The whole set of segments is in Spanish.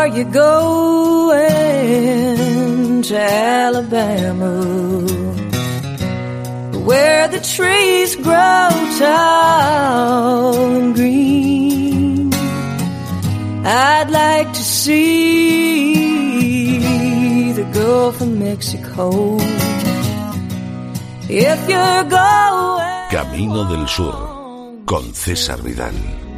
are you going? To Alabama, where the trees grow tall and green. I'd like to see the Gulf of Mexico. If you're going. Camino del Sur, con César Vidal.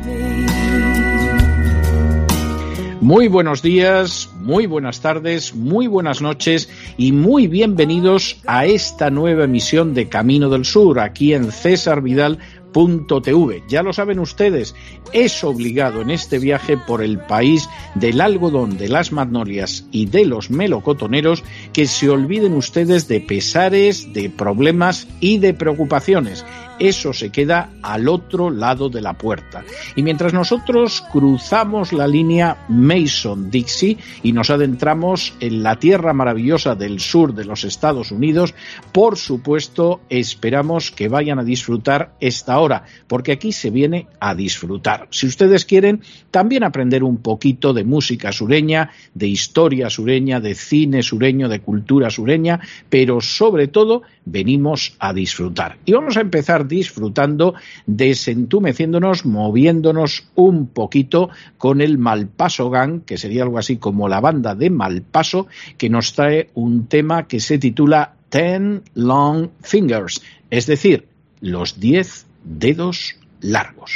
Muy buenos días, muy buenas tardes, muy buenas noches y muy bienvenidos a esta nueva emisión de Camino del Sur, aquí en cesarvidal.tv. Ya lo saben ustedes, es obligado en este viaje por el país del algodón, de las magnolias y de los melocotoneros que se olviden ustedes de pesares, de problemas y de preocupaciones. Eso se queda al otro lado de la puerta. Y mientras nosotros cruzamos la línea Mason-Dixie y nos adentramos en la tierra maravillosa del sur de los Estados Unidos, por supuesto esperamos que vayan a disfrutar esta hora, porque aquí se viene a disfrutar. Si ustedes quieren también aprender un poquito de música sureña, de historia sureña, de cine sureño, de cultura sureña, pero sobre todo venimos a disfrutar. Y vamos a empezar disfrutando, desentumeciéndonos, moviéndonos un poquito con el Malpaso Gang, que sería algo así como la banda de Malpaso, que nos trae un tema que se titula 10 Long Fingers, es decir, los 10 dedos largos.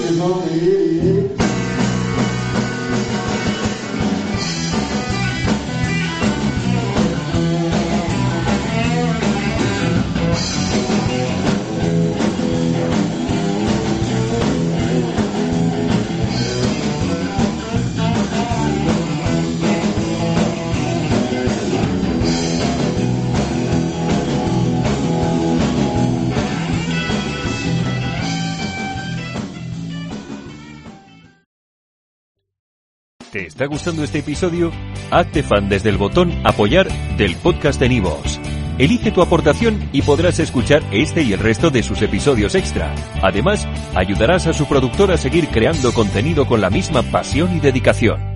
¿Te está gustando este episodio? Hazte fan desde el botón Apoyar del podcast de Nivos. Elige tu aportación y podrás escuchar este y el resto de sus episodios extra. Además, ayudarás a su productor a seguir creando contenido con la misma pasión y dedicación.